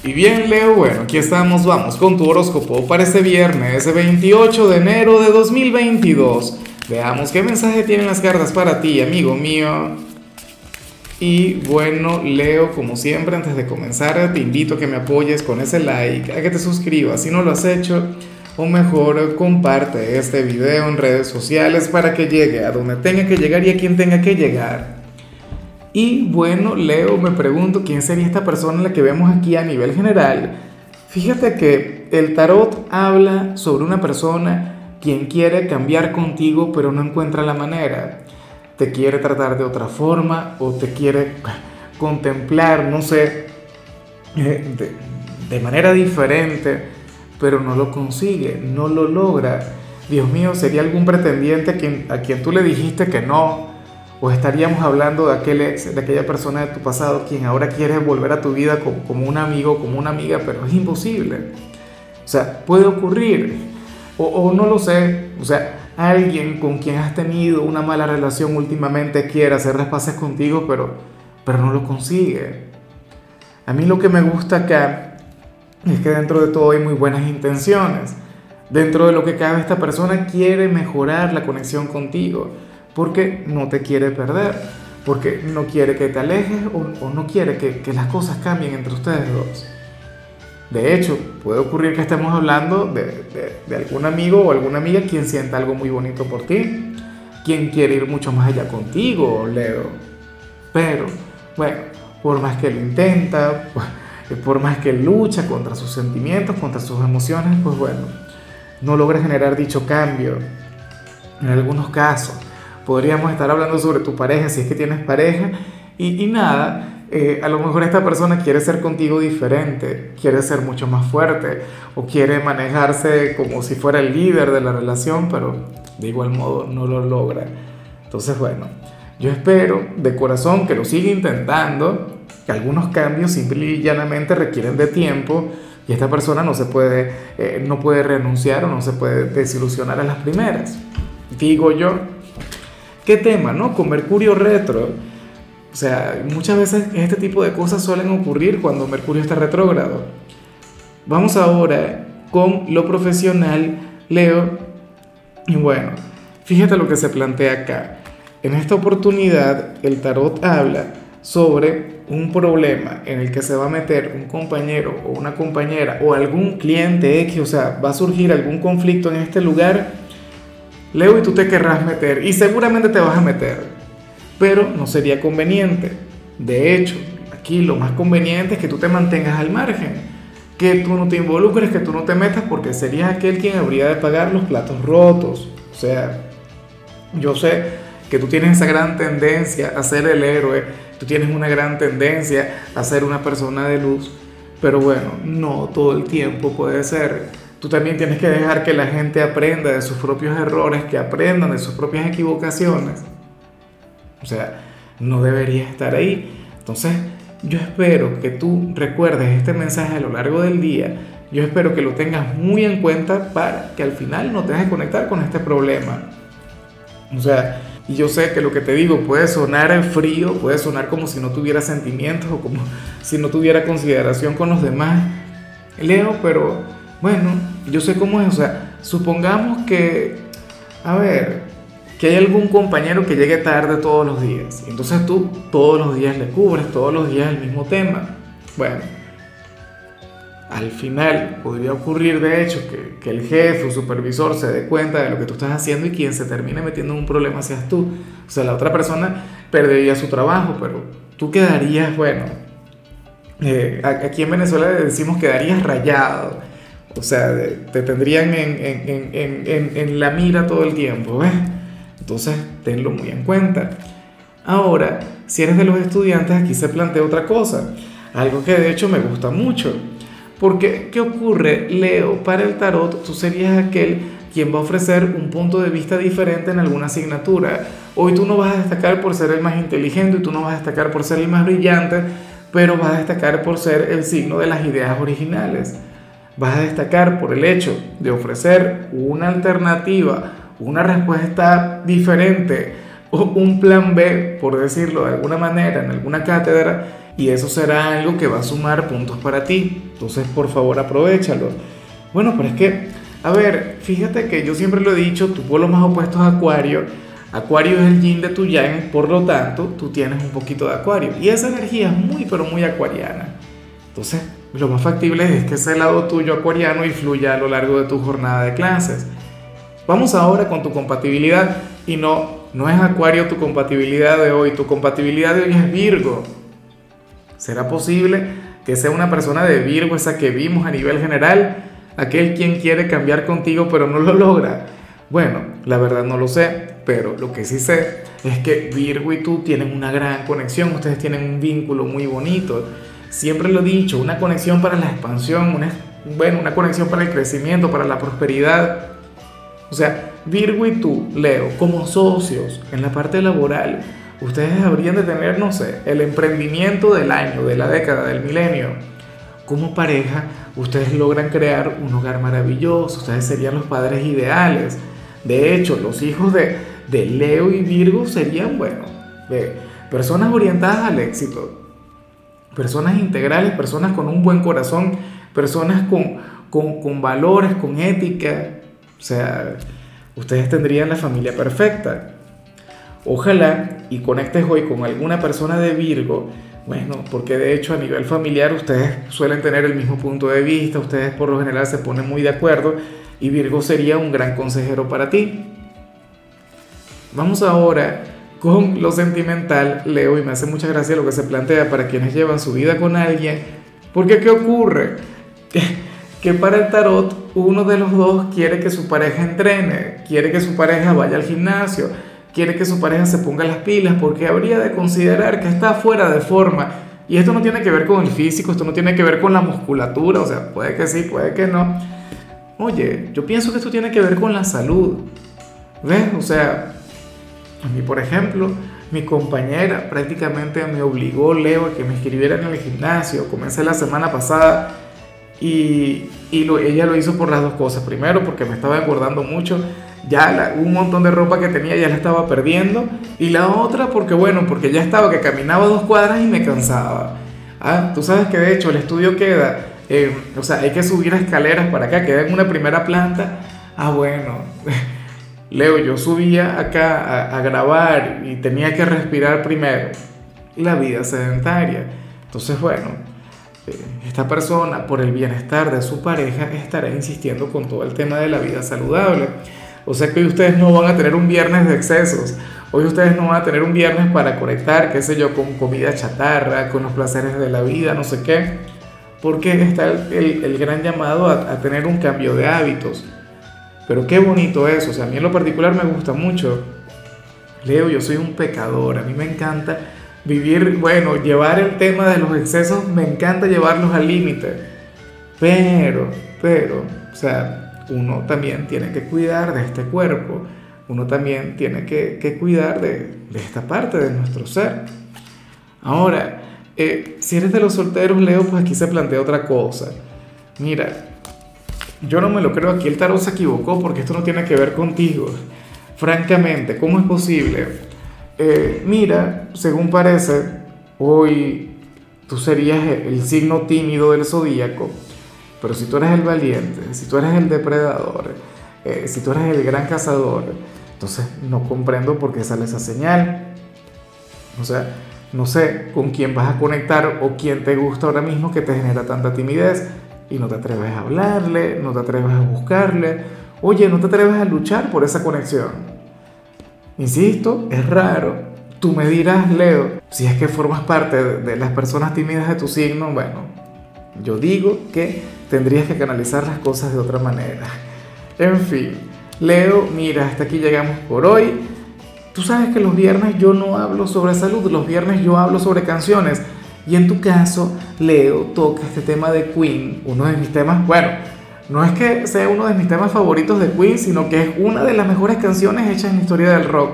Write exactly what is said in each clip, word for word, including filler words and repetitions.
Y bien, Leo, bueno, aquí estamos, vamos con tu horóscopo para este viernes veintiocho de enero de dos mil veintidós. Veamos qué mensaje tienen las cartas para ti, amigo mío. Y bueno, Leo, como siempre, antes de comenzar, te invito a que me apoyes con ese like, a que te suscribas si no lo has hecho, o mejor, comparte este video en redes sociales para que llegue a donde tenga que llegar y a quien tenga que llegar. Y bueno, Leo, me pregunto quién sería esta persona la que vemos aquí a nivel general. Fíjate que el tarot habla sobre una persona quien quiere cambiar contigo pero no encuentra la manera. Te quiere tratar de otra forma o te quiere contemplar, no sé, eh, de, de manera diferente, pero no lo consigue, no lo logra. Dios mío, ¿sería algún pretendiente a quien, a quien tú le dijiste que no? ¿O estaríamos hablando de, aquel ex, de aquella persona de tu pasado quien ahora quiere volver a tu vida como, como un amigo, como una amiga, pero es imposible? O sea, puede ocurrir. O, o no lo sé, o sea, alguien con quien has tenido una mala relación últimamente quiere hacer las paces contigo, pero, pero no lo consigue. A mí lo que me gusta acá es que dentro de todo hay muy buenas intenciones. Dentro de lo que cabe, esta persona quiere mejorar la conexión contigo, porque no te quiere perder, porque no quiere que te alejes o, o no quiere que, que las cosas cambien entre ustedes dos. De hecho, puede ocurrir que estemos hablando de, de, de algún amigo o alguna amiga quien sienta algo muy bonito por ti, quien quiere ir mucho más allá contigo, Leo. Pero, bueno, por más que lo intenta, por más que lucha contra sus sentimientos, contra sus emociones, pues bueno, no logra generar dicho cambio. En algunos casos podríamos estar hablando sobre tu pareja, si es que tienes pareja, y, y nada, eh, a lo mejor esta persona quiere ser contigo diferente, quiere ser mucho más fuerte, o quiere manejarse como si fuera el líder de la relación, pero de igual modo no lo logra. Entonces, bueno, yo espero de corazón que lo siga intentando, que algunos cambios simple y llanamente requieren de tiempo, y esta persona no se puede, eh, no puede renunciar o no se puede desilusionar a las primeras. Digo yo. ¿Qué tema, no? Con Mercurio retro. O sea, muchas veces este tipo de cosas suelen ocurrir cuando Mercurio está retrógrado. Vamos ahora con lo profesional, Leo. Y bueno, fíjate lo que se plantea acá. En esta oportunidad, el tarot habla sobre un problema en el que se va a meter un compañero o una compañera o algún cliente X, o sea, va a surgir algún conflicto en este lugar, Leo, y tú te querrás meter, y seguramente te vas a meter, pero no sería conveniente. De hecho, aquí lo más conveniente es que tú te mantengas al margen, que tú no te involucres, que tú no te metas, porque serías aquel quien habría de pagar los platos rotos. O sea, yo sé que tú tienes esa gran tendencia a ser el héroe, tú tienes una gran tendencia a ser una persona de luz, pero bueno, no todo el tiempo puede ser. Tú también tienes que dejar que la gente aprenda de sus propios errores, que aprendan de sus propias equivocaciones. O sea, no deberías estar ahí. Entonces, yo espero que tú recuerdes este mensaje a lo largo del día. Yo espero que lo tengas muy en cuenta para que al final no te dejes conectar con este problema. O sea, y yo sé que lo que te digo puede sonar frío, puede sonar como si no tuviera sentimientos o como si no tuviera consideración con los demás, Leo, pero bueno, yo sé cómo es. O sea, supongamos que, a ver, que hay algún compañero que llegue tarde todos los días. Y entonces tú todos los días le cubres, todos los días el mismo tema. Bueno, al final podría ocurrir de hecho que, que el jefe o supervisor se dé cuenta de lo que tú estás haciendo y quien se termine metiendo en un problema seas tú. O sea, la otra persona perdería su trabajo, pero tú quedarías, bueno, eh, aquí en Venezuela le decimos quedarías rayado. O sea, te tendrían en, en, en, en, en la mira todo el tiempo, ¿ves? Entonces, tenlo muy en cuenta. Ahora, si eres de los estudiantes, aquí se plantea otra cosa. Algo que de hecho me gusta mucho. Porque, ¿qué ocurre, Leo? Para el tarot, tú serías aquel quien va a ofrecer un punto de vista diferente en alguna asignatura. Hoy tú no vas a destacar por ser el más inteligente y tú no vas a destacar por ser el más brillante, pero vas a destacar por ser el signo de las ideas originales. Vas a destacar por el hecho de ofrecer una alternativa, una respuesta diferente, o un plan B, por decirlo de alguna manera, en alguna cátedra, y eso será algo que va a sumar puntos para ti. Entonces, por favor, aprovéchalo. Bueno, pero es que, a ver, fíjate que yo siempre lo he dicho, tu polo más opuesto es Acuario. Acuario es el yin de tu yang, por lo tanto, tú tienes un poquito de Acuario. Y esa energía es muy, pero muy acuariana. Entonces, lo más factible es que ese lado tuyo acuariano influya a lo largo de tu jornada de clases. Vamos ahora con tu compatibilidad. Y no, no es Acuario tu compatibilidad de hoy, tu compatibilidad de hoy es Virgo. ¿Será posible que sea una persona de Virgo esa que vimos a nivel general? Aquel quien quiere cambiar contigo pero no lo logra. Bueno, la verdad no lo sé, pero lo que sí sé es que Virgo y tú tienen una gran conexión, ustedes tienen un vínculo muy bonito. Siempre lo he dicho, una conexión para la expansión, una, bueno, una conexión para el crecimiento, para la prosperidad. O sea, Virgo y tú, Leo, como socios en la parte laboral, ustedes habrían de tener, no sé, el emprendimiento del año, de la década, del milenio. Como pareja, ustedes logran crear un hogar maravilloso, ustedes serían los padres ideales. De hecho, los hijos de, de Leo y Virgo serían, bueno, de personas orientadas al éxito, personas integrales, personas con un buen corazón, personas con, con, con valores, con ética. O sea, ustedes tendrían la familia perfecta. Ojalá y conectes hoy con alguna persona de Virgo, bueno, porque de hecho a nivel familiar ustedes suelen tener el mismo punto de vista, ustedes por lo general se ponen muy de acuerdo y Virgo sería un gran consejero para ti. Vamos ahora con lo sentimental, Leo, y me hace mucha gracia lo que se plantea para quienes llevan su vida con alguien, porque ¿qué ocurre? Que, que para el tarot uno de los dos quiere que su pareja entrene, quiere que su pareja vaya al gimnasio, quiere que su pareja se ponga las pilas porque habría de considerar que está fuera de forma. Y esto no tiene que ver con el físico, esto no tiene que ver con la musculatura, o sea, puede que sí, puede que no. Oye, yo pienso que esto tiene que ver con la salud. ¿Ves? O sea, a mí, por ejemplo, mi compañera prácticamente me obligó, Leo, a que me inscribiera en el gimnasio. Comencé la semana pasada y, y lo, ella lo hizo por las dos cosas. Primero, porque me estaba engordando mucho. Ya la, un montón de ropa que tenía ya la estaba perdiendo. Y la otra porque, bueno, porque ya estaba que caminaba dos cuadras y me cansaba. Ah, tú sabes que de hecho el estudio queda, eh, o sea, hay que subir escaleras para acá, queda en una primera planta. Ah, bueno, Leo, yo subía acá a, a grabar y tenía que respirar primero. La vida sedentaria. Entonces, bueno, eh, esta persona, por el bienestar de su pareja, estará insistiendo con todo el tema de la vida saludable. O sea que hoy ustedes no van a tener un viernes de excesos. Hoy ustedes no van a tener un viernes para conectar, qué sé yo, con comida chatarra, con los placeres de la vida, no sé qué. Porque está el, el, el gran llamado a, a tener un cambio de hábitos. Pero qué bonito eso. O sea, a mí en lo particular me gusta mucho. Leo, yo soy un pecador. A mí me encanta vivir, bueno, llevar el tema de los excesos, me encanta llevarlos al límite. Pero, pero, o sea, uno también tiene que cuidar de este cuerpo, uno también tiene que, que cuidar de, de esta parte de nuestro ser. Ahora, eh, si eres de los solteros, Leo, pues aquí se plantea otra cosa. Mira, yo no me lo creo, aquí el tarot se equivocó porque esto no tiene que ver contigo. Francamente, ¿cómo es posible? Eh, mira, según parece, hoy tú serías el signo tímido del zodíaco. Pero si tú eres el valiente, si tú eres el depredador, eh, si tú eres el gran cazador, entonces no comprendo por qué sale esa señal. O sea, no sé con quién vas a conectar o quién te gusta ahora mismo que te genera tanta timidez y no te atreves a hablarle, no te atreves a buscarle. Oye, no te atreves a luchar por esa conexión. Insisto, es raro. Tú me dirás, Leo, si es que formas parte de, de las personas tímidas de tu signo, bueno, yo digo que tendrías que canalizar las cosas de otra manera. En fin, Leo, mira, hasta aquí llegamos por hoy. Tú sabes que los viernes yo no hablo sobre salud, los viernes yo hablo sobre canciones. Y en tu caso, Leo toca este tema de Queen, uno de mis temas, bueno, no es que sea uno de mis temas favoritos de Queen, sino que es una de las mejores canciones hechas en la historia del rock.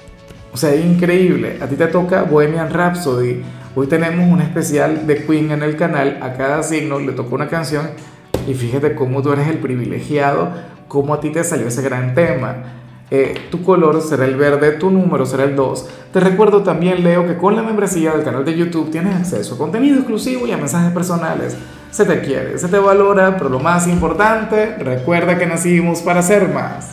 O sea, es increíble. A ti te toca Bohemian Rhapsody. Hoy tenemos un especial de Queen en el canal, a cada signo le tocó una canción y fíjate cómo tú eres el privilegiado, cómo a ti te salió ese gran tema. Eh, tu color será el verde, tu número será el dos. Te recuerdo también, Leo, que con la membresía del canal de YouTube tienes acceso a contenido exclusivo y a mensajes personales. Se te quiere, se te valora, pero lo más importante, recuerda que nacimos para ser más.